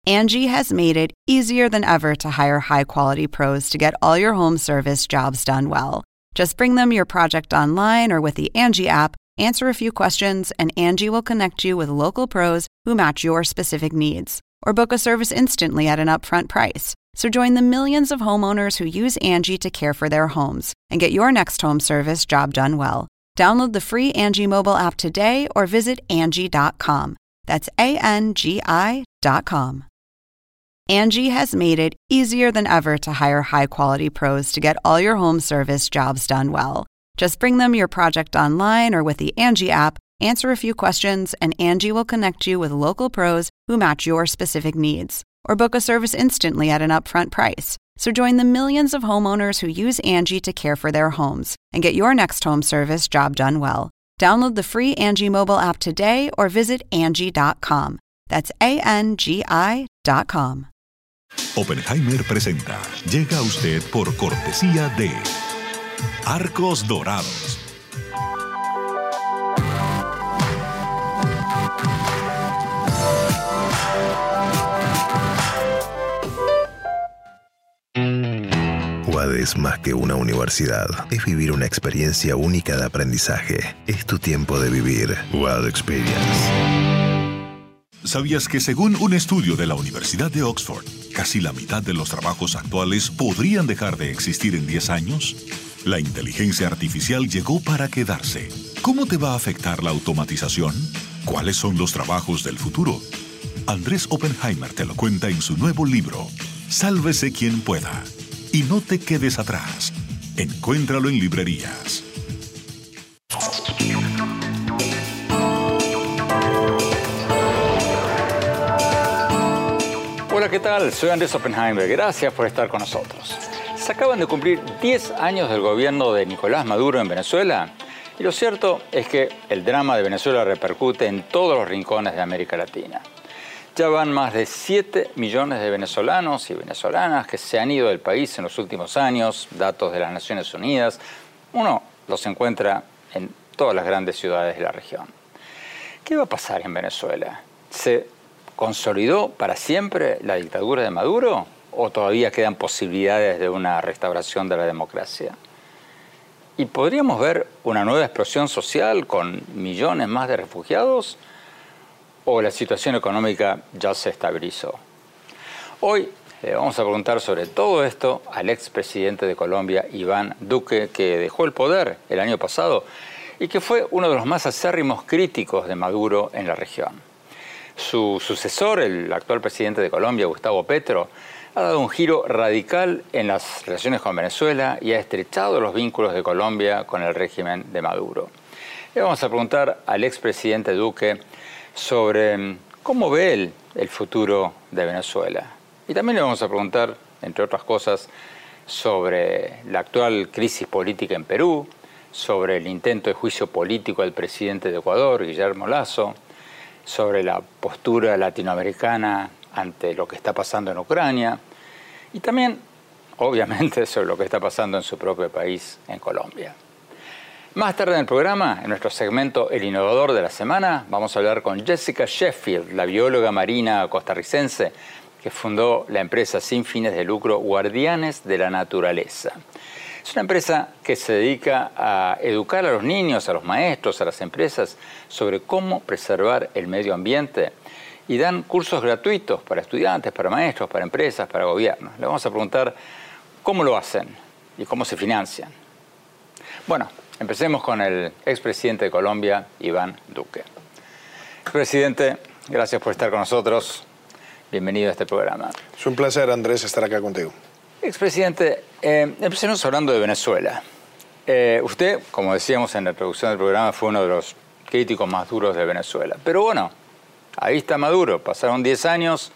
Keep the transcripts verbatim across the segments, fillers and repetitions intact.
Angie has made it easier than ever to hire high-quality pros to get all your home service jobs done well. Just bring them your project online or with the Angie app, answer a few questions, and Angie will connect you with local pros who match your specific needs. Or book a service instantly at an upfront price. So join the millions of homeowners who use Angie to care for their homes and get your next home service job done well. Download the free Angie mobile app today or visit Angie dot com. That's A N G I dot com. Angie has made it easier than ever to hire high-quality pros to get all your home service jobs done well. Just bring them your project online or with the Angie app, answer a few questions, and Angie will connect you with local pros who match your specific needs. Or book a service instantly at an upfront price. So join the millions of homeowners who use Angie to care for their homes and get your next home service job done well. Download the free Angie mobile app today or visit Angie dot com. That's A N G I dot com. Oppenheimer presenta. Llega a usted por cortesía de Arcos Dorados. U A D es más que una universidad. Es vivir una experiencia única de aprendizaje. Es tu tiempo de vivir. U A D Experience. ¿Sabías que según un estudio de la Universidad de Oxford, casi la mitad de los trabajos actuales podrían dejar de existir en diez años? La inteligencia artificial llegó para quedarse. ¿Cómo te va a afectar la automatización? ¿Cuáles son los trabajos del futuro? Andrés Oppenheimer te lo cuenta en su nuevo libro, Sálvese quien pueda. Y no te quedes atrás. Encuéntralo en librerías. Hola, ¿qué tal? Soy Andrés Oppenheimer. Gracias por estar con nosotros. Se acaban de cumplir diez años del gobierno de Nicolás Maduro en Venezuela. Y lo cierto es que el drama de Venezuela repercute en todos los rincones de América Latina. Ya van más de siete millones de venezolanos y venezolanas que se han ido del país en los últimos años, datos de las Naciones Unidas. Uno los encuentra en todas las grandes ciudades de la región. ¿Qué va a pasar en Venezuela? ¿Se consolidó para siempre la dictadura de Maduro o todavía quedan posibilidades de una restauración de la democracia? ¿Y podríamos ver una nueva explosión social con millones más de refugiados? ¿O la situación económica ya se estabilizó? Hoy le vamos a preguntar sobre todo esto al expresidente de Colombia, Iván Duque, que dejó el poder el año pasado y que fue uno de los más acérrimos críticos de Maduro en la región. Su sucesor, el actual presidente de Colombia, Gustavo Petro, ha dado un giro radical en las relaciones con Venezuela y ha estrechado los vínculos de Colombia con el régimen de Maduro. Le vamos a preguntar al expresidente Duque sobre cómo ve él el futuro de Venezuela. Y también le vamos a preguntar, entre otras cosas, sobre la actual crisis política en Perú, sobre el intento de juicio político al presidente de Ecuador, Guillermo Lasso, sobre la postura latinoamericana ante lo que está pasando en Ucrania y también, obviamente, sobre lo que está pasando en su propio país, en Colombia. Más tarde en el programa, en nuestro segmento El Innovador de la Semana, vamos a hablar con Jessica Sheffield, la bióloga marina costarricense que fundó la empresa sin fines de lucro Guardianes de la Naturaleza. Es una empresa que se dedica a educar a los niños, a los maestros, a las empresas sobre cómo preservar el medio ambiente y dan cursos gratuitos para estudiantes, para maestros, para empresas, para gobiernos. Le vamos a preguntar cómo lo hacen y cómo se financian. Bueno, empecemos con el expresidente de Colombia, Iván Duque. Presidente, gracias por estar con nosotros. Bienvenido a este programa. Es un placer, Andrés, estar acá contigo. Expresidente, eh, empecemos hablando de Venezuela. Eh, usted, como decíamos en la introducción del programa, fue uno de los críticos más duros de Venezuela. Pero bueno, ahí está Maduro. Pasaron diez años.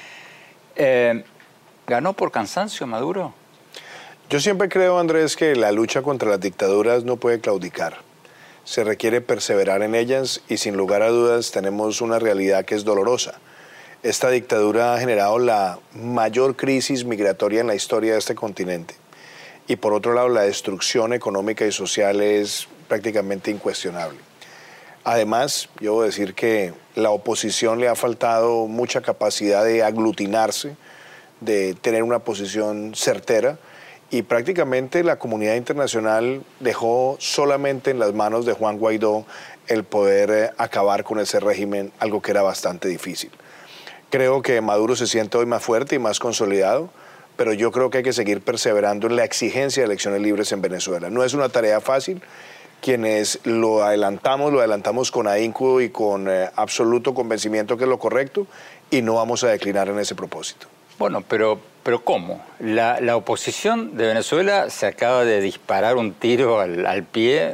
Eh, ¿Ganó por cansancio Maduro? Yo siempre creo, Andrés, que la lucha contra las dictaduras no puede claudicar. Se requiere perseverar en ellas y sin lugar a dudas tenemos una realidad que es dolorosa. Esta dictadura ha generado la mayor crisis migratoria en la historia de este continente. Y por otro lado, la destrucción económica y social es prácticamente incuestionable. Además, yo debo decir que la oposición le ha faltado mucha capacidad de aglutinarse, de tener una posición certera, y prácticamente la comunidad internacional dejó solamente en las manos de Juan Guaidó el poder eh, acabar con ese régimen, algo que era bastante difícil. Creo que Maduro se siente hoy más fuerte y más consolidado, pero yo creo que hay que seguir perseverando en la exigencia de elecciones libres en Venezuela. No es una tarea fácil. Quienes lo adelantamos, lo adelantamos con ahínco y con eh, absoluto convencimiento que es lo correcto, y no vamos a declinar en ese propósito. Bueno, pero, pero ¿cómo? La, la oposición de Venezuela se acaba de disparar un tiro al, al pie,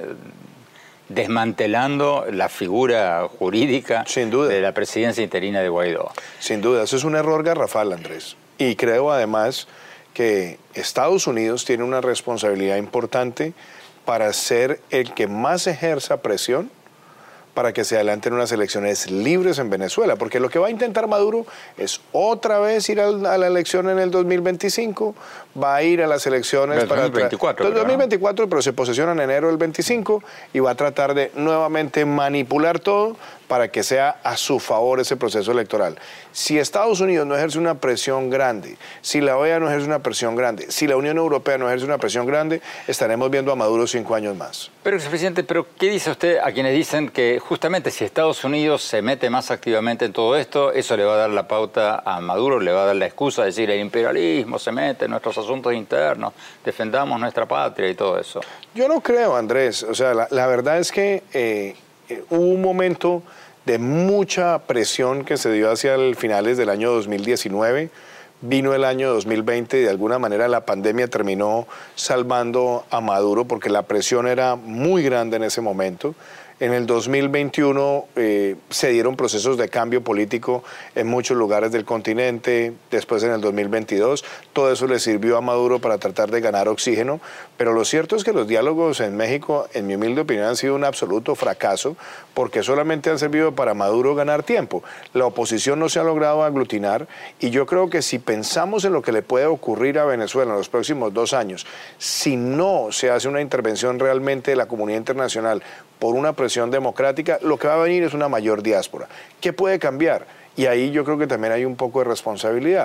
desmantelando la figura jurídica Sin duda. de la presidencia interina de Guaidó. Sin duda, eso es un error garrafal, Andrés. Y creo además que Estados Unidos tiene una responsabilidad importante para ser el que más ejerza presión para que se adelanten unas elecciones libres en Venezuela, porque lo que va a intentar Maduro es otra vez ir a la elección en el dos mil veinticinco, va a ir a las elecciones el para... dos mil veinticuatro. El dos mil veinticuatro, pero se posesiona en enero del veinticinco y va a tratar de nuevamente manipular todo para que sea a su favor ese proceso electoral. Si Estados Unidos no ejerce una presión grande, si la O E A no ejerce una presión grande, si la Unión Europea no ejerce una presión grande, estaremos viendo a Maduro cinco años más. Pero, presidente, ¿pero qué dice usted a quienes dicen que justamente si Estados Unidos se mete más activamente en todo esto, eso le va a dar la pauta a Maduro, le va a dar la excusa de decir el imperialismo se mete en nuestros asuntos internos, defendamos nuestra patria y todo eso? Yo no creo, Andrés. O sea, la, la verdad es que eh, eh, hubo un momento de mucha presión que se dio hacia el finales del año dos mil diecinueve, vino el año dos mil veinte y de alguna manera la pandemia terminó salvando a Maduro porque la presión era muy grande en ese momento. En el dos mil veintiuno eh, se dieron procesos de cambio político en muchos lugares del continente, después en el dos mil veintidós, todo eso le sirvió a Maduro para tratar de ganar oxígeno, pero lo cierto es que los diálogos en México, en mi humilde opinión, han sido un absoluto fracaso, porque solamente han servido para Maduro ganar tiempo. La oposición no se ha logrado aglutinar, y yo creo que si pensamos en lo que le puede ocurrir a Venezuela en los próximos dos años, si no se hace una intervención realmente de la comunidad internacional por una presión democrática, lo que va a venir es una mayor diáspora. ¿Qué puede cambiar? Y ahí yo creo que también hay un poco de responsabilidad.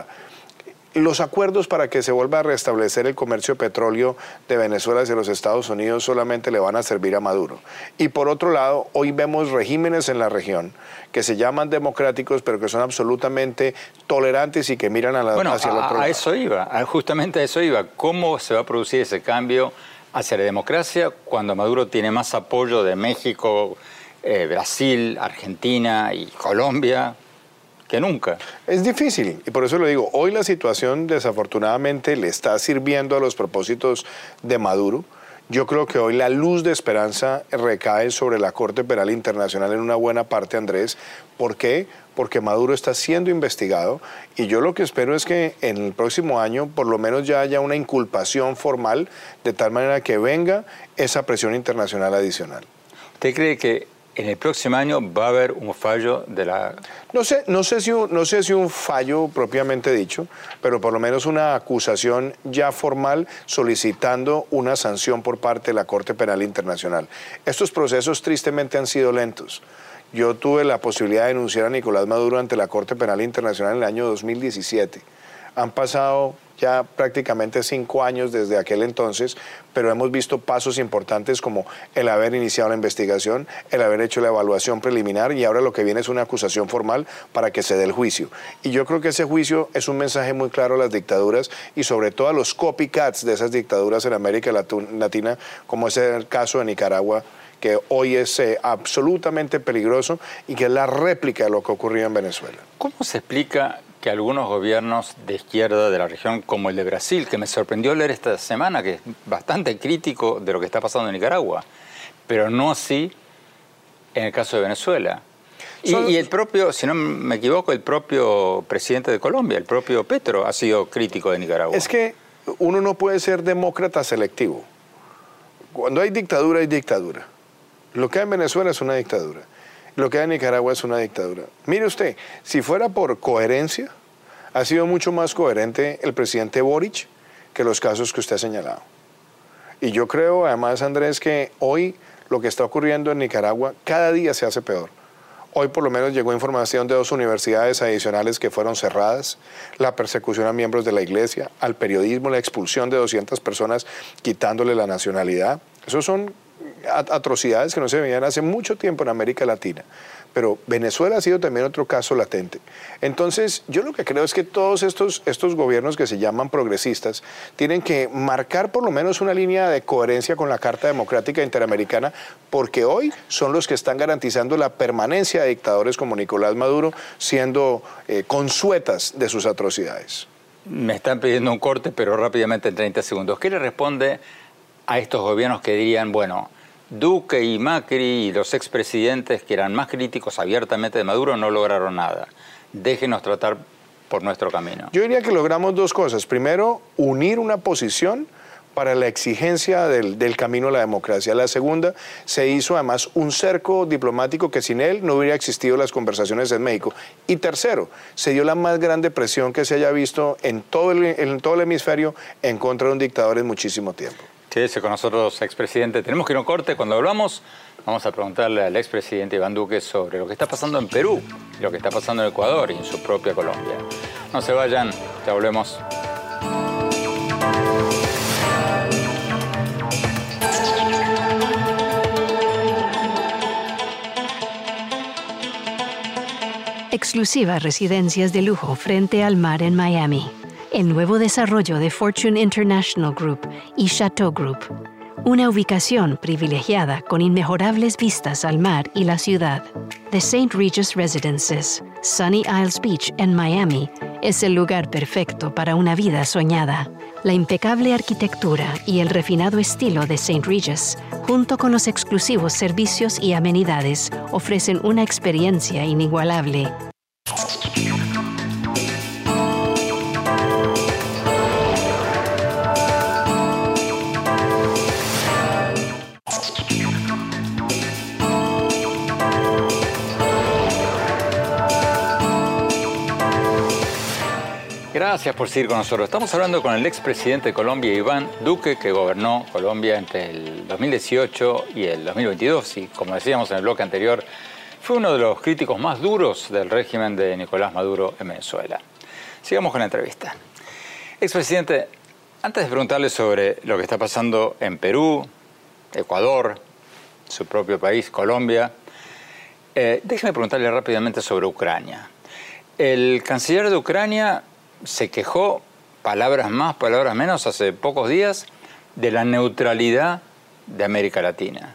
Los acuerdos para que se vuelva a restablecer el comercio de petróleo de Venezuela hacia los Estados Unidos solamente le van a servir a Maduro. Y por otro lado, hoy vemos regímenes en la región que se llaman democráticos, pero que son absolutamente tolerantes y que miran a la, bueno, hacia el otro a, lado. a eso iba, justamente a eso iba. ¿Cómo se va a producir ese cambio hacia la democracia cuando Maduro tiene más apoyo de México, eh, Brasil, Argentina y Colombia que nunca? Es difícil, y por eso lo digo, hoy la situación desafortunadamente le está sirviendo a los propósitos de Maduro. Yo creo que hoy la luz de esperanza recae sobre la Corte Penal Internacional en una buena parte, Andrés. ¿Por qué? Porque Maduro está siendo investigado, y yo lo que espero es que en el próximo año por lo menos ya haya una inculpación formal, de tal manera que venga esa presión internacional adicional. ¿Usted cree que en el próximo año va a haber un fallo de la...? No sé, no sé si un, no sé si un fallo propiamente dicho, pero por lo menos una acusación ya formal solicitando una sanción por parte de la Corte Penal Internacional. Estos procesos tristemente han sido lentos. Yo tuve la posibilidad de denunciar a Nicolás Maduro ante la Corte Penal Internacional en el año dos mil diecisiete. Han pasado ya prácticamente cinco años desde aquel entonces, pero hemos visto pasos importantes como el haber iniciado la investigación, el haber hecho la evaluación preliminar, y ahora lo que viene es una acusación formal para que se dé el juicio. Y yo creo que ese juicio es un mensaje muy claro a las dictaduras y sobre todo a los copycats de esas dictaduras en América Latina, como es el caso de Nicaragua, que hoy es eh, absolutamente peligroso y que es la réplica de lo que ocurrió en Venezuela. ¿Cómo se explica que algunos gobiernos de izquierda de la región, como el de Brasil, que me sorprendió leer esta semana, que es bastante crítico de lo que está pasando en Nicaragua, pero no así en el caso de Venezuela? Y, Son... y el propio, si no me equivoco, el propio presidente de Colombia, el propio Petro, ha sido crítico de Nicaragua. Es que uno no puede ser demócrata selectivo. Cuando hay dictadura, hay dictadura. Lo que hay en Venezuela es una dictadura. Lo que hay en Nicaragua es una dictadura. Mire usted, si fuera por coherencia, ha sido mucho más coherente el presidente Boric que los casos que usted ha señalado. Y yo creo, además, Andrés, que hoy lo que está ocurriendo en Nicaragua cada día se hace peor. Hoy por lo menos llegó información de dos universidades adicionales que fueron cerradas, la persecución a miembros de la iglesia, al periodismo, la expulsión de doscientas personas quitándole la nacionalidad. Esos son atrocidades que no se veían hace mucho tiempo en América Latina. Pero Venezuela ha sido también otro caso latente. Entonces, yo lo que creo es que todos estos, estos gobiernos que se llaman progresistas tienen que marcar por lo menos una línea de coherencia con la Carta Democrática Interamericana, porque hoy son los que están garantizando la permanencia de dictadores como Nicolás Maduro, siendo eh, consuetas de sus atrocidades. Me están pidiendo un corte, pero rápidamente en treinta segundos. ¿Qué le responde a estos gobiernos que dirían, bueno, Duque y Macri y los expresidentes que eran más críticos abiertamente de Maduro no lograron nada? Déjenos tratar por nuestro camino. Yo diría que logramos dos cosas. Primero, unir una posición para la exigencia del, del camino a la democracia. La segunda, se hizo además un cerco diplomático que sin él no hubiera existido las conversaciones en México. Y tercero, se dio la más grande presión que se haya visto en todo el, en todo el hemisferio en contra de un dictador en muchísimo tiempo. Quédese con nosotros, expresidente. Tenemos que ir a un corte. Cuando volvamos, vamos a preguntarle al expresidente Iván Duque sobre lo que está pasando en Perú, lo que está pasando en Ecuador y en su propia Colombia. No se vayan, ya volvemos. Exclusivas residencias de lujo frente al mar en Miami. El nuevo desarrollo de Fortune International Group y Chateau Group. Una ubicación privilegiada con inmejorables vistas al mar y la ciudad. The Saint Regis Residences, Sunny Isles Beach en Miami, es el lugar perfecto para una vida soñada. La impecable arquitectura y el refinado estilo de Saint Regis, junto con los exclusivos servicios y amenidades, ofrecen una experiencia inigualable. Gracias por seguir con nosotros. Estamos hablando con el expresidente de Colombia, Iván Duque, que gobernó Colombia entre el dos mil dieciocho y el dos mil veintidós. Y como decíamos en el bloque anterior, fue uno de los críticos más duros del régimen de Nicolás Maduro en Venezuela. Sigamos con la entrevista. Expresidente, antes de preguntarle sobre lo que está pasando en Perú, Ecuador, su propio país, Colombia, eh, déjeme preguntarle rápidamente sobre Ucrania. El canciller de Ucrania se quejó, palabras más, palabras menos, hace pocos días, de la neutralidad de América Latina.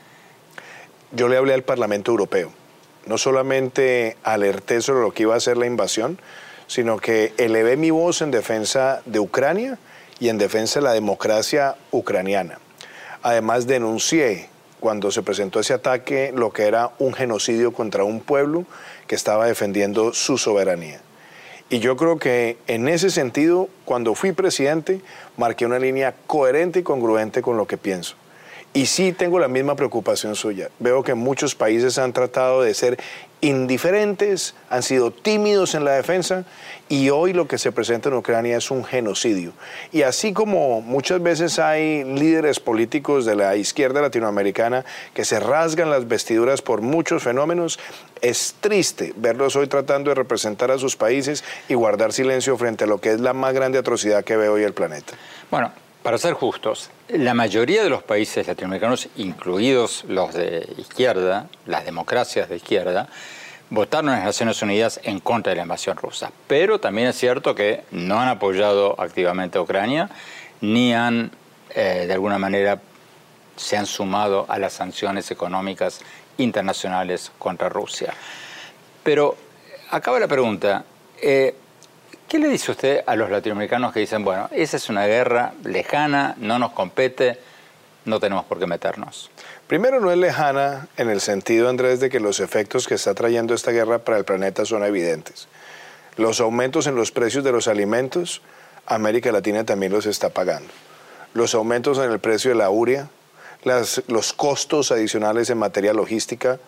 Yo le hablé al Parlamento Europeo. No solamente alerté sobre lo que iba a ser la invasión, sino que elevé mi voz en defensa de Ucrania y en defensa de la democracia ucraniana. Además, denuncié cuando se presentó ese ataque lo que era un genocidio contra un pueblo que estaba defendiendo su soberanía. Y yo creo que en ese sentido, cuando fui presidente, marqué una línea coherente y congruente con lo que pienso. Y sí tengo la misma preocupación suya. Veo que muchos países han tratado de ser indiferentes, han sido tímidos en la defensa, y hoy lo que se presenta en Ucrania es un genocidio. Y así como muchas veces hay líderes políticos de la izquierda latinoamericana que se rasgan las vestiduras por muchos fenómenos, es triste verlos hoy tratando de representar a sus países y guardar silencio frente a lo que es la más grande atrocidad que ve hoy el planeta. Bueno, para ser justos, la mayoría de los países latinoamericanos, incluidos los de izquierda, las democracias de izquierda, votaron en las Naciones Unidas en contra de la invasión rusa. Pero también es cierto que no han apoyado activamente a Ucrania, ni han, eh, de alguna manera, se han sumado a las sanciones económicas internacionales contra Rusia. Pero acaba la pregunta. Eh, ¿Qué le dice usted a los latinoamericanos que dicen, bueno, esa es una guerra lejana, no nos compete, no tenemos por qué meternos? Primero, no es lejana en el sentido, Andrés, de que los efectos que está trayendo esta guerra para el planeta son evidentes. Los aumentos en los precios de los alimentos, América Latina también los está pagando. Los aumentos en el precio de la urea, las, los costos adicionales en materia logística,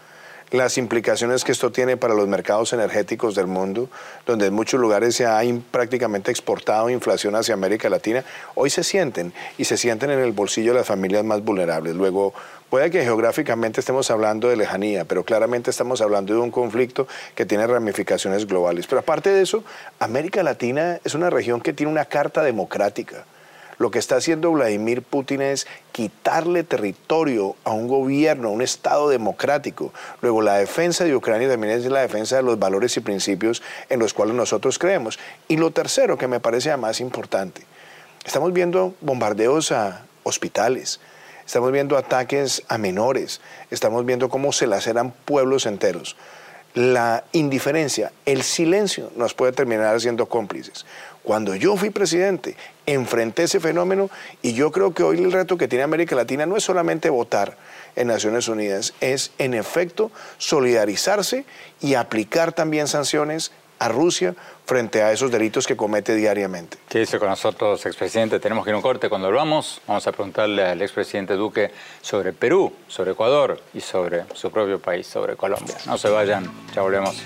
las implicaciones que esto tiene para los mercados energéticos del mundo, donde en muchos lugares se ha prácticamente exportado inflación hacia América Latina, hoy se sienten y se sienten en el bolsillo de las familias más vulnerables. Luego, puede que geográficamente estemos hablando de lejanía, pero claramente estamos hablando de un conflicto que tiene ramificaciones globales. Pero aparte de eso, América Latina es una región que tiene una carta democrática. Lo que está haciendo Vladimir Putin es quitarle territorio a un gobierno, a un Estado democrático. Luego, la defensa de Ucrania también es la defensa de los valores y principios en los cuales nosotros creemos. Y lo tercero, que me parece más importante, estamos viendo bombardeos a hospitales, estamos viendo ataques a menores, estamos viendo cómo se laceran pueblos enteros. La indiferencia, el silencio nos puede terminar siendo cómplices. Cuando yo fui presidente, enfrenté ese fenómeno y yo creo que hoy el reto que tiene América Latina no es solamente votar en Naciones Unidas, es en efecto solidarizarse y aplicar también sanciones a Rusia frente a esos delitos que comete diariamente. ¿Qué dice con nosotros, expresidente? Tenemos que ir a un corte. Cuando volvamos, vamos a preguntarle al expresidente Duque sobre Perú, sobre Ecuador y sobre su propio país, sobre Colombia. No se vayan, ya volvemos.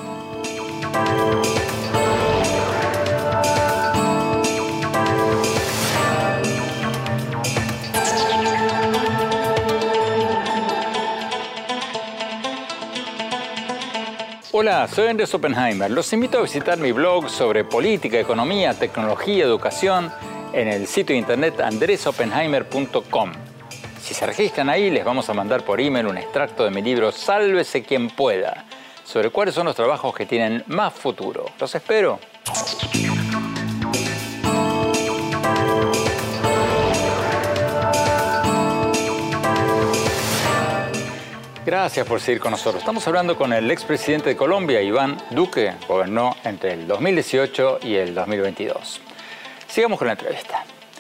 Hola, soy Andrés Oppenheimer. Los invito a visitar mi blog sobre política, economía, tecnología, educación en el sitio de internet andres oppenheimer punto com. Si se registran ahí, les vamos a mandar por email un extracto de mi libro Sálvese quien pueda, sobre cuáles son los trabajos que tienen más futuro. Los espero. Gracias por seguir con nosotros. Estamos hablando con el expresidente de Colombia, Iván Duque. Gobernó entre el dos mil dieciocho y el dos mil veintidós. Sigamos con la entrevista.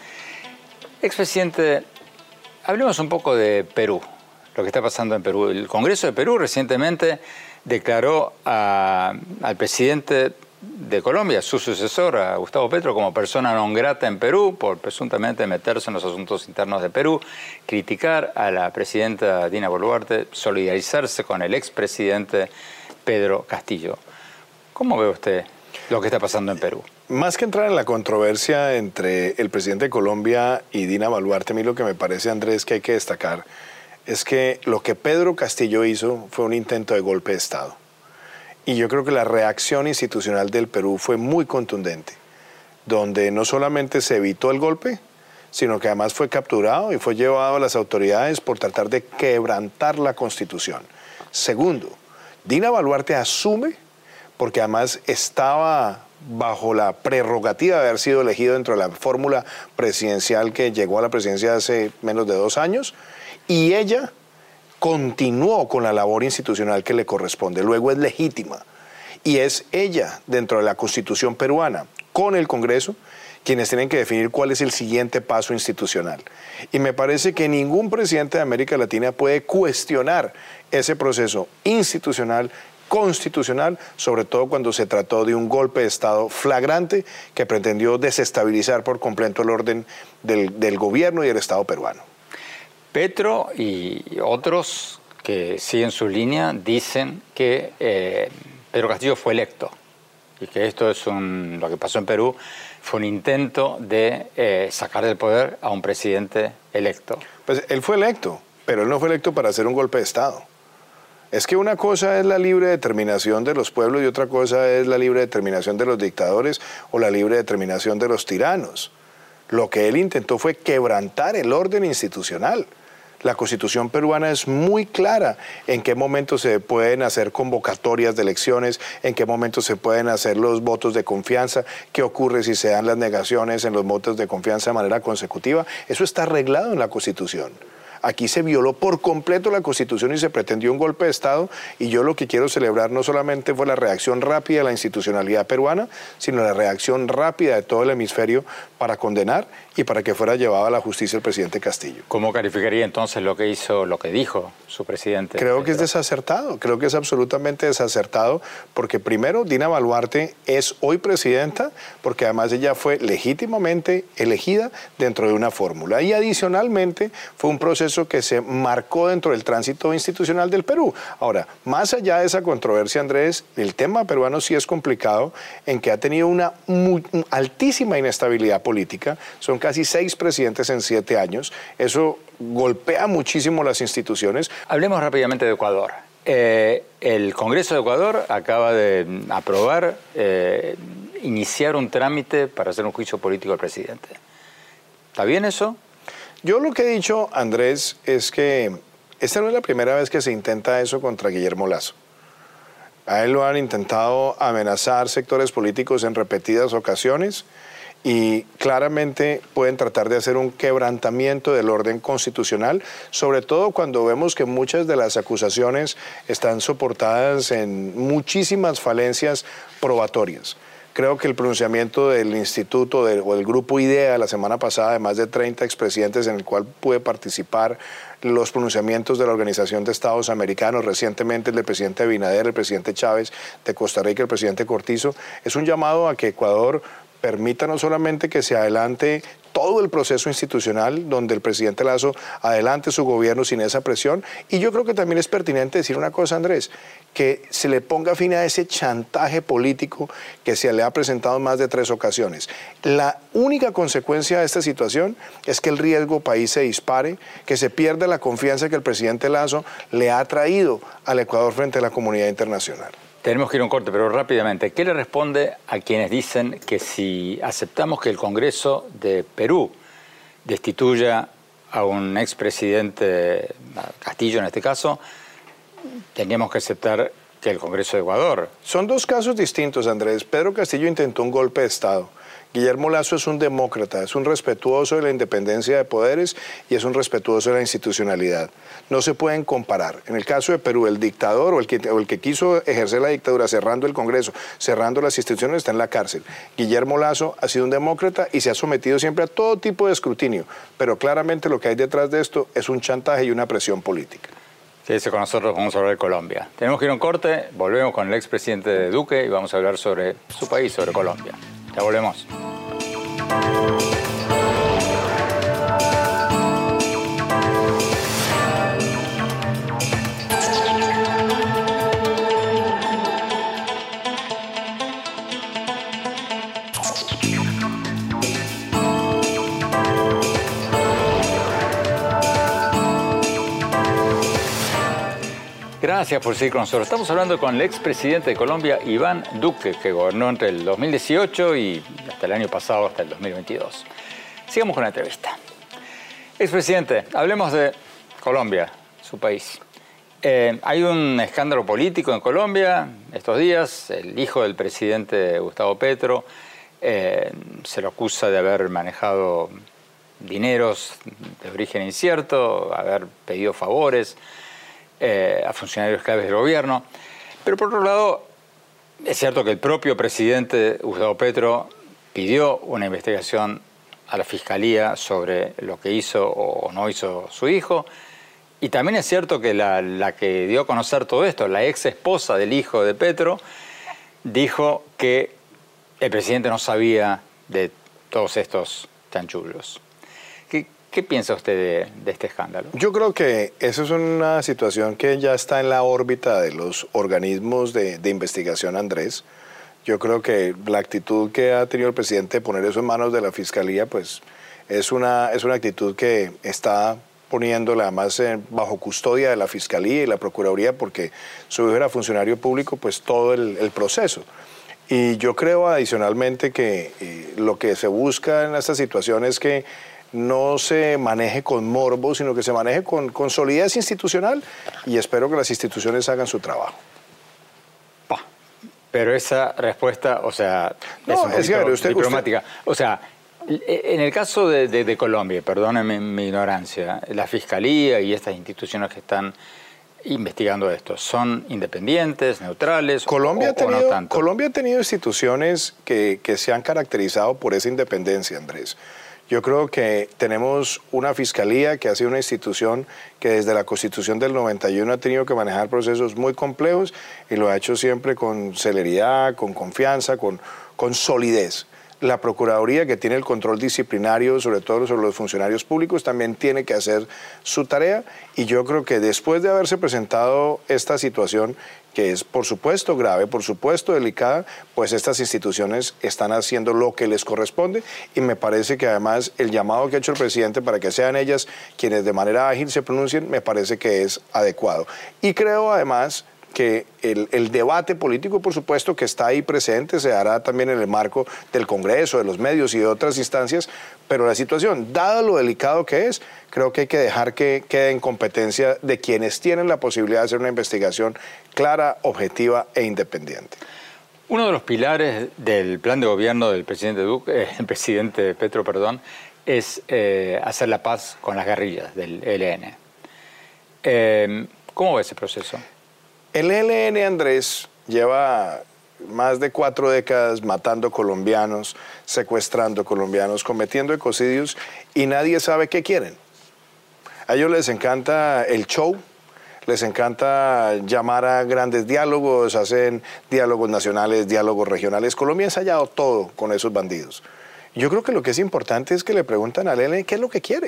Expresidente, hablemos un poco de Perú, lo que está pasando en Perú. El Congreso de Perú recientemente declaró a, al presidente de Colombia, su sucesor, a Gustavo Petro, como persona non grata en Perú por presuntamente meterse en los asuntos internos de Perú, criticar a la presidenta Dina Boluarte, solidarizarse con el expresidente Pedro Castillo. ¿Cómo ve usted lo que está pasando en Perú? Más que entrar en la controversia entre el presidente de Colombia y Dina Boluarte, a mí lo que me parece, Andrés, que hay que destacar es que lo que Pedro Castillo hizo fue un intento de golpe de Estado. Y yo creo que la reacción institucional del Perú fue muy contundente, donde no solamente se evitó el golpe, sino que además fue capturado y fue llevado a las autoridades por tratar de quebrantar la Constitución. Segundo, Dina Boluarte asume, porque además estaba bajo la prerrogativa de haber sido elegido dentro de la fórmula presidencial que llegó a la presidencia hace menos de dos años, y ella continuó con la labor institucional que le corresponde. Luego es legítima y es ella, dentro de la Constitución peruana, con el Congreso, quienes tienen que definir cuál es el siguiente paso institucional. Y me parece que ningún presidente de América Latina puede cuestionar ese proceso institucional, constitucional, sobre todo cuando se trató de un golpe de Estado flagrante que pretendió desestabilizar por completo el orden del, del gobierno y del Estado peruano. Petro y otros que siguen su línea dicen que eh, Pedro Castillo fue electo y que esto es un, lo que pasó en Perú fue un intento de eh, sacar del poder a un presidente electo. Pues él fue electo, pero él no fue electo para hacer un golpe de Estado. Es que una cosa es la libre determinación de los pueblos y otra cosa es la libre determinación de los dictadores o la libre determinación de los tiranos. Lo que él intentó fue quebrantar el orden institucional. La Constitución peruana es muy clara en qué momentos se pueden hacer convocatorias de elecciones, en qué momentos se pueden hacer los votos de confianza, qué ocurre si se dan las negaciones en los votos de confianza de manera consecutiva. Eso está arreglado en la Constitución. Aquí se violó por completo la Constitución y se pretendió un golpe de Estado, y yo lo que quiero celebrar no solamente fue la reacción rápida de la institucionalidad peruana, sino la reacción rápida de todo el hemisferio para condenar y para que fuera llevado a la justicia el presidente Castillo. ¿Cómo calificaría entonces lo que hizo, lo que dijo su presidente? Creo que es desacertado, creo que es absolutamente desacertado, porque primero Dina Boluarte es hoy presidenta, porque además ella fue legítimamente elegida dentro de una fórmula, y adicionalmente fue un proceso proceso que se marcó dentro del tránsito institucional del Perú. Ahora, más allá de esa controversia, Andrés, el tema peruano sí es complicado en que ha tenido una muy, altísima inestabilidad política. Son casi seis presidentes en siete años. Eso golpea muchísimo las instituciones. Hablemos rápidamente de Ecuador. Eh, el Congreso de Ecuador acaba de aprobar eh, iniciar un trámite para hacer un juicio político al presidente. ¿Está bien eso? Yo lo que he dicho, Andrés, es que esta no es la primera vez que se intenta eso contra Guillermo Lasso. A él lo han intentado amenazar sectores políticos en repetidas ocasiones y claramente pueden tratar de hacer un quebrantamiento del orden constitucional, sobre todo cuando vemos que muchas de las acusaciones están soportadas en muchísimas falencias probatorias. Creo que el pronunciamiento del instituto de, o del grupo IDEA la semana pasada de más de treinta expresidentes en el cual pude participar, los pronunciamientos de la Organización de Estados Americanos, recientemente el del presidente Abinader, el presidente Chávez de Costa Rica, el presidente Cortizo, es un llamado a que Ecuador permita no solamente que se adelante todo el proceso institucional donde el presidente Lasso adelante su gobierno sin esa presión. Y yo creo que también es pertinente decir una cosa, Andrés, que se le ponga fin a ese chantaje político que se le ha presentado en más de tres ocasiones. La única consecuencia de esta situación es que el riesgo país se dispare, que se pierda la confianza que el presidente Lasso le ha traído al Ecuador frente a la comunidad internacional. Tenemos que ir a un corte, pero rápidamente. ¿Qué le responde a quienes dicen que si aceptamos que el Congreso de Perú destituya a un expresidente, a Castillo en este caso, tendríamos que aceptar que el Congreso de Ecuador? Son dos casos distintos, Andrés. Pedro Castillo intentó un golpe de Estado. Guillermo Lasso es un demócrata, es un respetuoso de la independencia de poderes y es un respetuoso de la institucionalidad. No se pueden comparar. En el caso de Perú, el dictador o el que, o el que quiso ejercer la dictadura cerrando el Congreso, cerrando las instituciones, está en la cárcel. Guillermo Lasso ha sido un demócrata y se ha sometido siempre a todo tipo de escrutinio, pero claramente lo que hay detrás de esto es un chantaje y una presión política. Quédese con nosotros, vamos a hablar de Colombia. Tenemos que ir a un corte, volvemos con el expresidente de Duque y vamos a hablar sobre su país, sobre Colombia. Ya volvemos. Gracias por seguir con nosotros. Estamos hablando con el expresidente de Colombia, Iván Duque, que gobernó entre el dos mil dieciocho y hasta el año pasado, hasta el dos mil veintidós. Sigamos con la entrevista. Expresidente, hablemos de Colombia, su país. Eh, hay un escándalo político en Colombia estos días. El hijo del presidente Gustavo Petro eh, se lo acusa de haber manejado dineros de origen incierto, haber pedido favores Eh, a funcionarios claves del gobierno. Pero por otro lado, es cierto que el propio presidente Gustavo Petro pidió una investigación a la Fiscalía sobre lo que hizo o no hizo su hijo. Y también es cierto que la, la que dio a conocer todo esto, la ex esposa del hijo de Petro, dijo que el presidente no sabía de todos estos chanchullos. ¿Qué, ¿Qué piensa usted de, de este escándalo? Yo creo que esa es una situación que ya está en la órbita de los organismos de, de investigación, Andrés. Yo creo que la actitud que ha tenido el presidente de poner eso en manos de la Fiscalía, pues es una, es una actitud que está poniéndola además en, bajo custodia de la Fiscalía y la Procuraduría, porque su hijo era funcionario público, pues todo el, el proceso. Y yo creo adicionalmente que eh, lo que se busca en esta situación es que no se maneje con morbo, sino que se maneje con, con solidez institucional, y espero que las instituciones hagan su trabajo. Pero esa respuesta, o sea, no, es un es que, usted, diplomática. Usted... O sea, en el caso de, de, de Colombia, perdónenme mi ignorancia, la Fiscalía y estas instituciones que están investigando esto, ¿son independientes, neutrales Colombia o, ha tenido, o no tanto? Colombia ha tenido instituciones que, que se han caracterizado por esa independencia, Andrés. Yo creo que tenemos una Fiscalía que ha sido una institución que desde la Constitución del noventa y uno ha tenido que manejar procesos muy complejos y lo ha hecho siempre con celeridad, con confianza, con, con solidez. la Procuraduría, que tiene el control disciplinario, sobre todo sobre los funcionarios públicos, también tiene que hacer su tarea. Y yo creo que después de haberse presentado esta situación, que es por supuesto grave, por supuesto delicada, pues estas instituciones están haciendo lo que les corresponde, y me parece que además el llamado que ha hecho el presidente para que sean ellas quienes de manera ágil se pronuncien, me parece que es adecuado. Y creo además que el, el debate político, por supuesto, que está ahí presente, se hará también en el marco del Congreso, de los medios y de otras instancias, pero la situación, dado lo delicado que es, creo que hay que dejar que quede en competencia de quienes tienen la posibilidad de hacer una investigación clara, objetiva e independiente. Uno de los pilares del plan de gobierno del presidente Duque, eh, el presidente Petro, perdón, es eh, hacer la paz con las guerrillas del E L N. Eh, ¿Cómo va ese proceso? El E L N, Andrés, lleva más de cuatro décadas matando colombianos, secuestrando colombianos, cometiendo ecocidios, y nadie sabe qué quieren. A ellos les encanta el show, les encanta llamar a grandes diálogos, hacen diálogos nacionales, diálogos regionales. Colombia ha ensayado todo con esos bandidos. Yo creo que lo que es importante es que le preguntan al E L N qué es lo que quiere.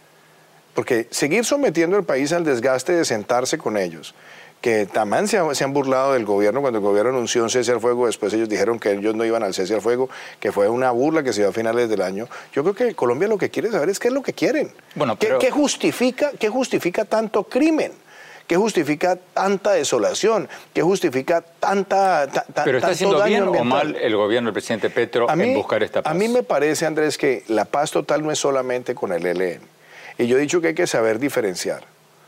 Porque seguir sometiendo al país al desgaste de sentarse con ellos, que también se, se han burlado del gobierno cuando el gobierno anunció un cese al fuego, después ellos dijeron que ellos no iban al cese al fuego, que fue una burla que se dio a finales del año. Yo creo que Colombia lo que quiere saber es qué es lo que quieren. Bueno, pero... ¿Qué, qué justifica, qué justifica tanto crimen? ¿Qué justifica tanta desolación? ¿Qué justifica tanta ta, ta, ¿Pero está haciendo bien ambiental? o mal el gobierno del presidente Petro a mí, en buscar esta paz? A mí me parece, Andrés, que la paz total no es solamente con el E L N. Y yo he dicho que hay que saber diferenciar.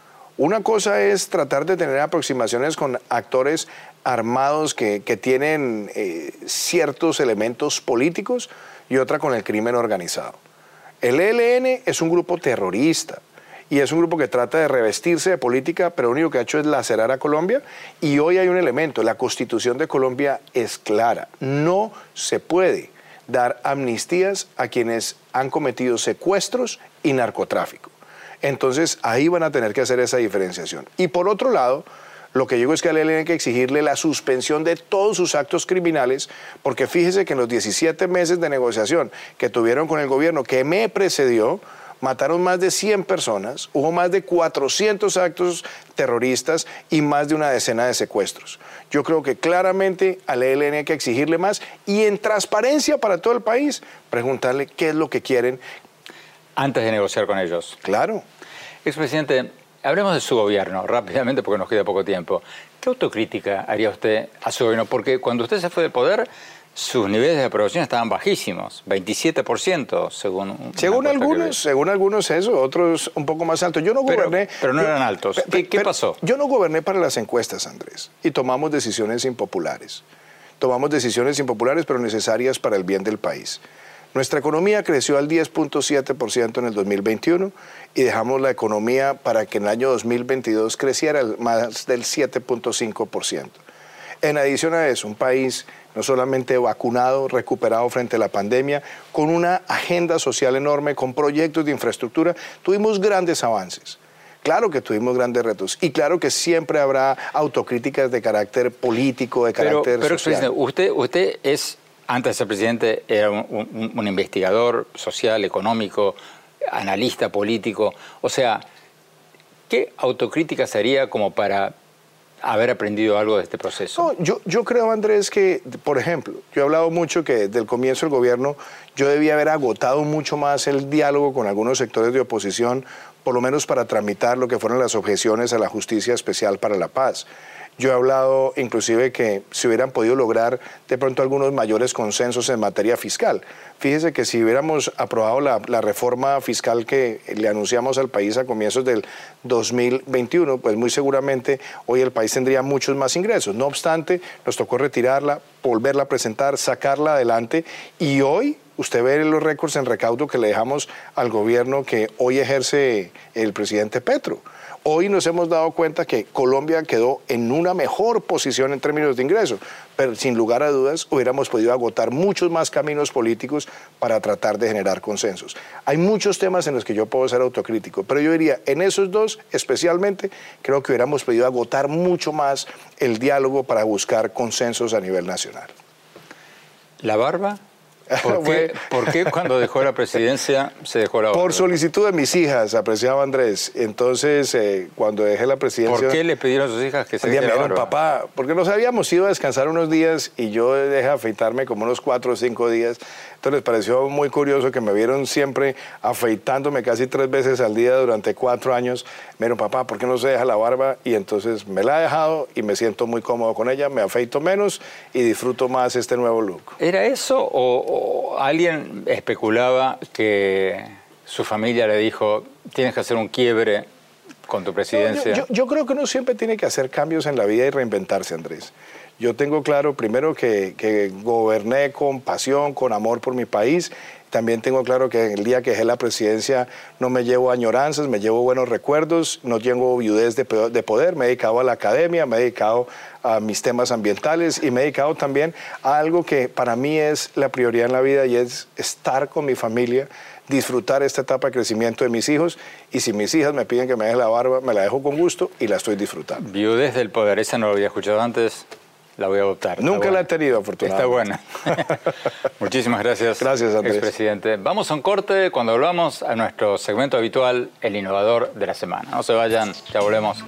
Una cosa es tratar de tener aproximaciones con actores armados que, que tienen eh, ciertos elementos políticos, y otra con el crimen organizado. El E L N es un grupo terrorista y es un grupo que trata de revestirse de política, pero lo único que ha hecho es lacerar a Colombia. Y hoy hay un elemento, la Constitución de Colombia es clara, no se puede dar amnistías a quienes han cometido secuestros y narcotráfico. Entonces ahí van a tener que hacer esa diferenciación. Y por otro lado, lo que digo es que al E L N hay que exigirle la suspensión de todos sus actos criminales, porque fíjese que en los diecisiete meses de negociación que tuvieron con el gobierno que me precedió, mataron más de cien personas, hubo más de cuatrocientos actos terroristas y más de una decena de secuestros. Yo creo que claramente al E L N hay que exigirle más, y en transparencia para todo el país, preguntarle qué es lo que quieren. Antes de negociar con ellos. Claro. Expresidente, hablemos de su gobierno rápidamente porque nos queda poco tiempo. ¿Qué autocrítica haría usted a su gobierno? Porque cuando usted se fue del poder, sus niveles de aprobación estaban bajísimos, veintisiete por ciento según... Según algunos, según algunos eso, otros un poco más altos. Yo no pero, goberné... Pero no yo, eran altos. Pe, ¿Qué, ¿Qué pasó? Yo no goberné para las encuestas, Andrés, y tomamos decisiones impopulares. Tomamos decisiones impopulares pero necesarias para el bien del país. Nuestra economía creció al diez punto siete por ciento en el dos mil veintiuno y dejamos la economía para que en el año dos mil veintidós creciera más del siete punto cinco por ciento. En adición a eso, un país no solamente vacunado, recuperado frente a la pandemia, con una agenda social enorme, con proyectos de infraestructura, tuvimos grandes avances. Claro que tuvimos grandes retos y claro que siempre habrá autocríticas de carácter político, de carácter pero, pero, social. Usted, usted es... Antes de ser presidente era un, un, un investigador social, económico, analista político. O sea, ¿qué autocrítica sería como para haber aprendido algo de este proceso? No, yo, yo creo, Andrés, que, por ejemplo, yo he hablado mucho que desde el comienzo del gobierno yo debía haber agotado mucho más el diálogo con algunos sectores de oposición, por lo menos para tramitar lo que fueron las objeciones a la Justicia Especial para la Paz. Yo he hablado inclusive que se hubieran podido lograr de pronto algunos mayores consensos en materia fiscal. Fíjese que si hubiéramos aprobado la, la reforma fiscal que le anunciamos al país a comienzos del dos mil veintiuno, pues muy seguramente hoy el país tendría muchos más ingresos. No obstante, nos tocó retirarla, volverla a presentar, sacarla adelante, y hoy usted ve los récords en recaudo que le dejamos al gobierno que hoy ejerce el presidente Petro. Hoy nos hemos dado cuenta que Colombia quedó en una mejor posición en términos de ingresos, pero sin lugar a dudas hubiéramos podido agotar muchos más caminos políticos para tratar de generar consensos. Hay muchos temas en los que yo puedo ser autocrítico, pero yo diría, en esos dos especialmente, creo que hubiéramos podido agotar mucho más el diálogo para buscar consensos a nivel nacional. ¿La barba ¿Por qué, ¿Por qué cuando dejó la presidencia se dejó la barba? Por solicitud de mis hijas, apreciaba Andrés. Entonces, eh, cuando dejé la presidencia... ¿Por qué le pidieron a sus hijas que se deje la barba? Me dijeron, papá, porque nos habíamos ido a descansar unos días y yo dejé afeitarme como unos cuatro o cinco días. Entonces les pareció muy curioso que me vieron siempre afeitándome casi tres veces al día durante cuatro años. Me dijeron, papá, ¿por qué no se deja la barba? Y entonces me la he dejado y me siento muy cómodo con ella, me afeito menos y disfruto más este nuevo look. ¿Era eso o, o alguien especulaba que su familia le dijo, tienes que hacer un quiebre con tu presidencia? No, yo, yo, yo creo que uno siempre tiene que hacer cambios en la vida y reinventarse, Andrés. Yo tengo claro, primero, que, que goberné con pasión, con amor por mi país. También tengo claro que el día que dejé la presidencia no me llevo añoranzas, me llevo buenos recuerdos, no tengo viudez de, de poder. Me he dedicado a la academia, me he dedicado a mis temas ambientales y me he dedicado también a algo que para mí es la prioridad en la vida y es estar con mi familia, disfrutar esta etapa de crecimiento de mis hijos, y si mis hijas me piden que me deje la barba, me la dejo con gusto y la estoy disfrutando. Viudez del poder, esa no lo había escuchado antes. La voy a adoptar. Nunca la he tenido, afortunadamente. Está buena. Muchísimas gracias, gracias, Andrés. Expresidente. Vamos a un corte cuando volvamos a nuestro segmento habitual, El Innovador de la Semana. No se vayan, ya volvemos.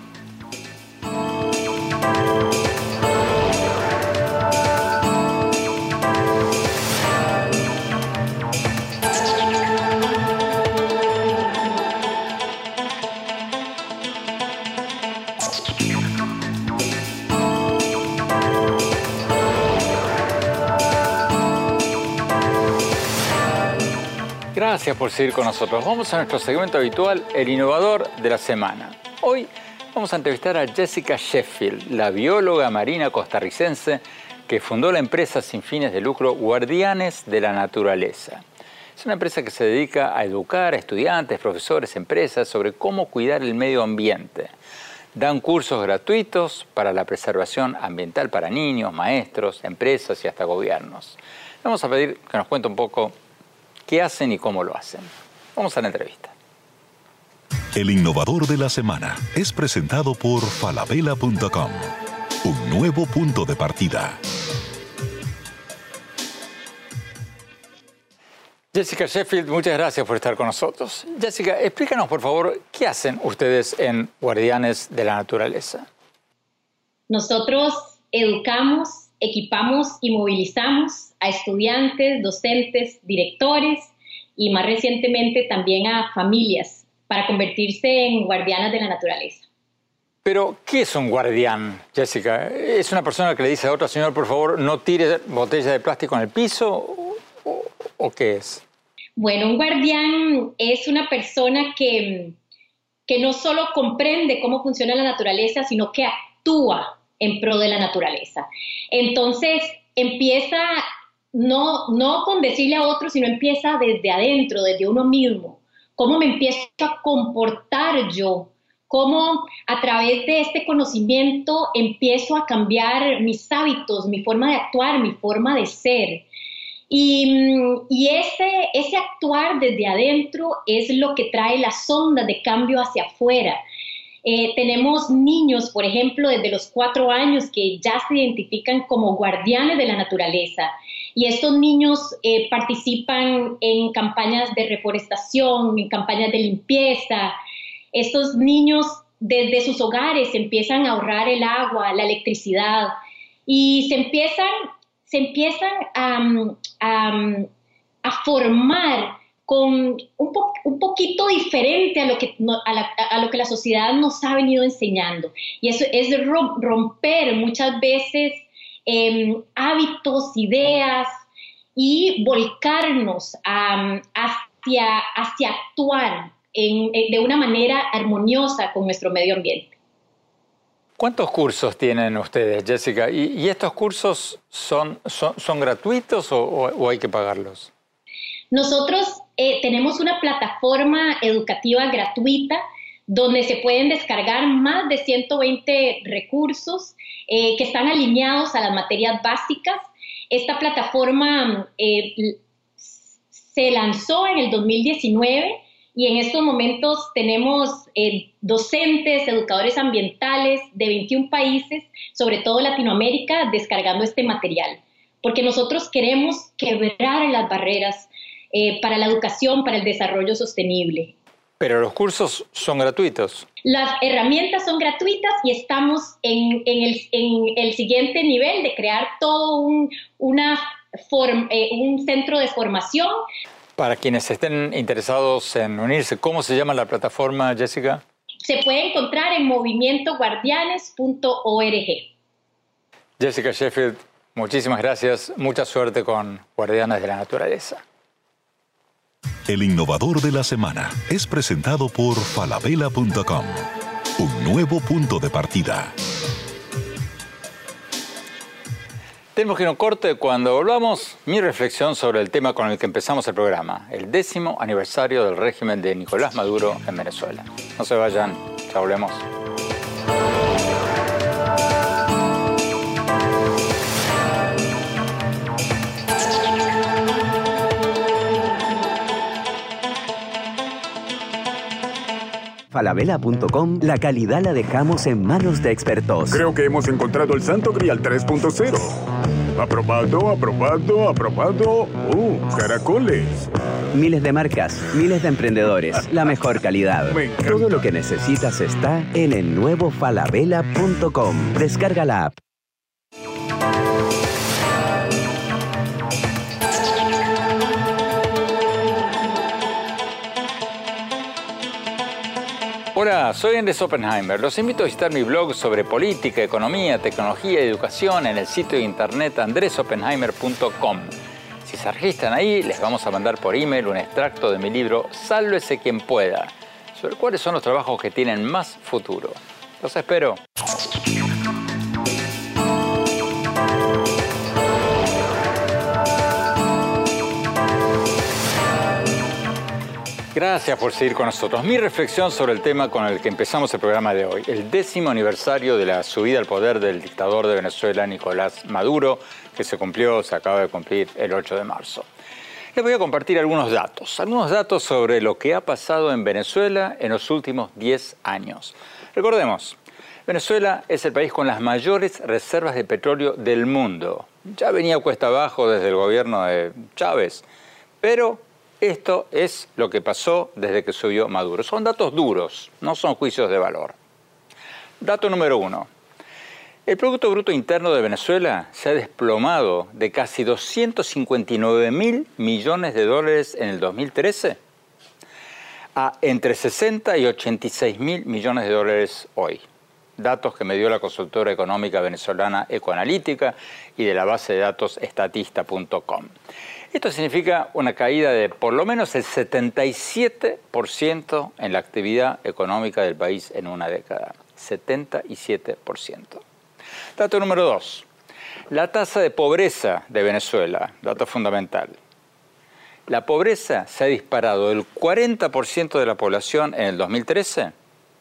Gracias por seguir con nosotros. Vamos a nuestro segmento habitual, El Innovador de la Semana. Hoy vamos a entrevistar a Jessica Sheffield, la bióloga marina costarricense que fundó la empresa sin fines de lucro Guardianes de la Naturaleza. Es una empresa que se dedica a educar a estudiantes, profesores, empresas sobre cómo cuidar el medio ambiente. Dan cursos gratuitos para la preservación ambiental para niños, maestros, empresas y hasta gobiernos. Vamos a pedir que nos cuente un poco qué hacen y cómo lo hacen. Vamos a la entrevista. El Innovador de la Semana es presentado por falabella punto com. Un nuevo punto de partida. Jessica Sheffield, muchas gracias por estar con nosotros. Jessica, explícanos por favor, ¿qué hacen ustedes en Guardianes de la Naturaleza? Nosotros educamos, equipamos y movilizamos a estudiantes, docentes, directores y más recientemente también a familias para convertirse en guardianas de la naturaleza. Pero, ¿qué es un guardián, Jessica? ¿Es una persona que le dice a otro señor, por favor, no tire botellas de plástico en el piso? ¿O, o, o qué es? Bueno, un guardián es una persona que, que no solo comprende cómo funciona la naturaleza, sino que actúa en pro de la naturaleza. Entonces, empieza no, no con decirle a otro, sino empieza desde adentro, desde uno mismo. ¿Cómo me empiezo a comportar yo? ¿Cómo a través de este conocimiento empiezo a cambiar mis hábitos, mi forma de actuar, mi forma de ser? Y, y ese, ese actuar desde adentro es lo que trae las ondas de cambio hacia afuera. Eh, tenemos niños, por ejemplo, desde los cuatro años que ya se identifican como guardianes de la naturaleza. Y estos niños eh, participan en campañas de reforestación, en campañas de limpieza. Estos niños desde sus hogares empiezan a ahorrar el agua, la electricidad y se empiezan, se empiezan a, a, a formar con un, po un poquito diferente a lo, que, a, la, a lo que la sociedad nos ha venido enseñando. Y eso es romper muchas veces eh, hábitos, ideas y volcarnos a, hacia, hacia actuar en, en, de una manera armoniosa con nuestro medio ambiente. ¿Cuántos cursos tienen ustedes, Jessica? ¿Y, y estos cursos son, son, son gratuitos o, o, o hay que pagarlos? Nosotros eh, tenemos una plataforma educativa gratuita donde se pueden descargar más de ciento veinte recursos eh, que están alineados a las materias básicas. Esta plataforma eh, se lanzó en el dos mil diecinueve y en estos momentos tenemos eh, docentes, educadores ambientales de veintiún países, sobre todo Latinoamérica, descargando este material. porque nosotros queremos quebrar las barreras eh, para la educación, para el desarrollo sostenible. Pero los cursos son gratuitos. Las herramientas son gratuitas y estamos en, en, el, en el siguiente nivel de crear todo un, una form, eh, un centro de formación. Para quienes estén interesados en unirse, ¿cómo se llama la plataforma, Jessica? Se puede encontrar en movimiento guardianes punto org. Jessica Sheffield, muchísimas gracias. Mucha suerte con Guardianes de la Naturaleza. El innovador de la semana es presentado por falabella punto com. Un nuevo punto de partida. Tenemos que ir a un corte. Cuando volvamos, mi reflexión sobre el tema con el que empezamos el programa, el décimo aniversario del régimen de Nicolás Maduro en Venezuela. No se vayan, ya volvemos. falabella punto com, la calidad la dejamos en manos de expertos. Creo que hemos encontrado el Santo Grial tres punto cero. Aprobado, aprobado, aprobado. ¡Uh, caracoles! Miles de marcas, miles de emprendedores, la mejor calidad. Me encanta. Todo lo que necesitas está en el nuevo falabella punto com. Descarga la app. Hola, soy Andrés Oppenheimer. Los invito a visitar mi blog sobre política, economía, tecnología y educación en el sitio de internet andres oppenheimer punto com. Si se registran ahí, les vamos a mandar por email un extracto de mi libro Sálvese quien pueda, sobre cuáles son los trabajos que tienen más futuro. Los espero. Gracias por seguir con nosotros. Mi reflexión sobre el tema con el que empezamos el programa de hoy, el décimo aniversario de la subida al poder del dictador de Venezuela, Nicolás Maduro, que se cumplió, se acaba de cumplir el ocho de marzo. Les voy a compartir algunos datos, algunos datos sobre lo que ha pasado en Venezuela en los últimos diez años. Recordemos, Venezuela es el país con las mayores reservas de petróleo del mundo. Ya venía cuesta abajo desde el gobierno de Chávez, pero esto es lo que pasó desde que subió Maduro. Son datos duros, no son juicios de valor. Dato número uno. El Producto Bruto Interno de Venezuela se ha desplomado de casi doscientos cincuenta y nueve mil millones de dólares en el dos mil trece a entre sesenta y ochenta y seis mil millones de dólares hoy. Datos que me dio la consultora económica venezolana Ecoanalítica y de la base de datos estatista punto com. Esto significa una caída de por lo menos el setenta y siete por ciento en la actividad económica del país en una década. setenta y siete por ciento. Dato número dos. La tasa de pobreza de Venezuela, dato fundamental. La pobreza se ha disparado del cuarenta por ciento de la población en el dos mil trece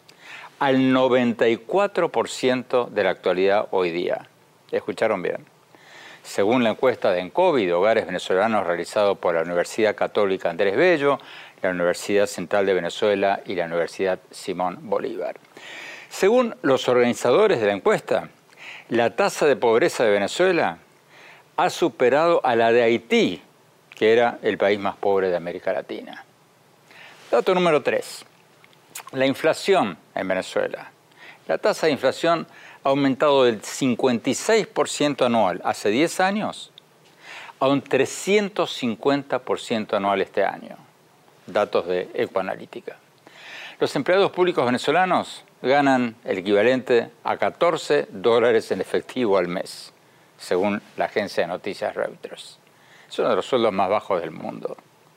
al noventa y cuatro por ciento de la actualidad hoy día. ¿Escucharon bien? Según la encuesta de Encovi de hogares venezolanos realizado por la Universidad Católica Andrés Bello, la Universidad Central de Venezuela y la Universidad Simón Bolívar. Según los organizadores de la encuesta, la tasa de pobreza de Venezuela ha superado a la de Haití, que era el país más pobre de América Latina. Dato número tres. La inflación en Venezuela. La tasa de inflación ha aumentado del cincuenta y seis por ciento anual hace diez años a un trescientos cincuenta por ciento anual este año. Datos de Ecoanalítica. Los empleados públicos venezolanos ganan el equivalente a catorce dólares en efectivo al mes, según la agencia de noticias Reuters. Es uno de los sueldos más bajos del mundo.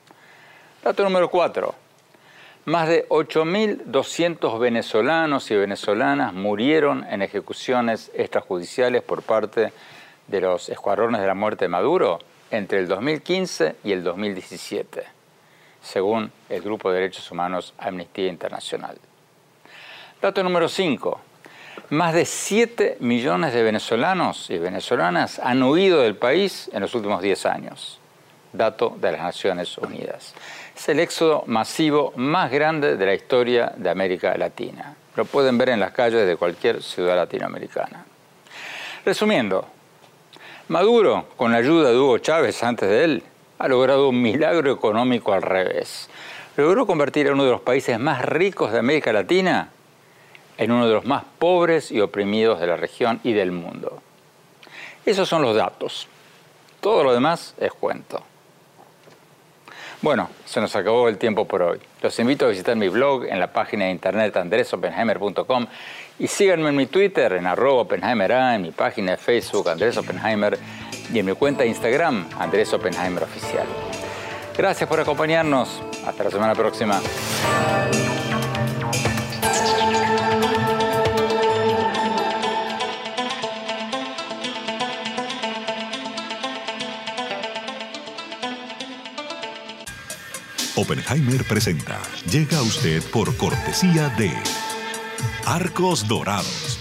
Dato número cuatro. Más de ocho mil doscientos venezolanos y venezolanas murieron en ejecuciones extrajudiciales por parte de los escuadrones de la muerte de Maduro entre el dos mil quince y el dos mil diecisiete, según el Grupo de Derechos Humanos Amnistía Internacional. Dato número cinco. Más de siete millones de venezolanos y venezolanas han huido del país en los últimos diez años. Dato de las Naciones Unidas. Es el éxodo masivo más grande de la historia de América Latina. Lo pueden ver en las calles de cualquier ciudad latinoamericana. Resumiendo, Maduro, con la ayuda de Hugo Chávez antes de él, ha logrado un milagro económico al revés. Logró convertir a uno de los países más ricos de América Latina en uno de los más pobres y oprimidos de la región y del mundo. Esos son los datos. Todo lo demás es cuento. Bueno, se nos acabó el tiempo por hoy. Los invito a visitar mi blog en la página de internet andres oppenheimer punto com y síganme en mi Twitter en arroba oppenheimera, en mi página de Facebook Andrés Oppenheimer y en mi cuenta de Instagram Andrés Oppenheimer Oficial. Gracias por acompañarnos. Hasta la semana próxima. Oppenheimer presenta. Llega a usted por cortesía de Arcos Dorados.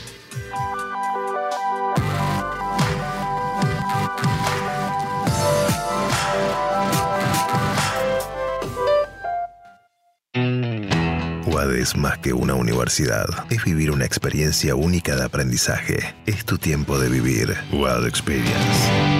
U A D es más que una universidad. Es vivir una experiencia única de aprendizaje. Es tu tiempo de vivir. U A D Experience.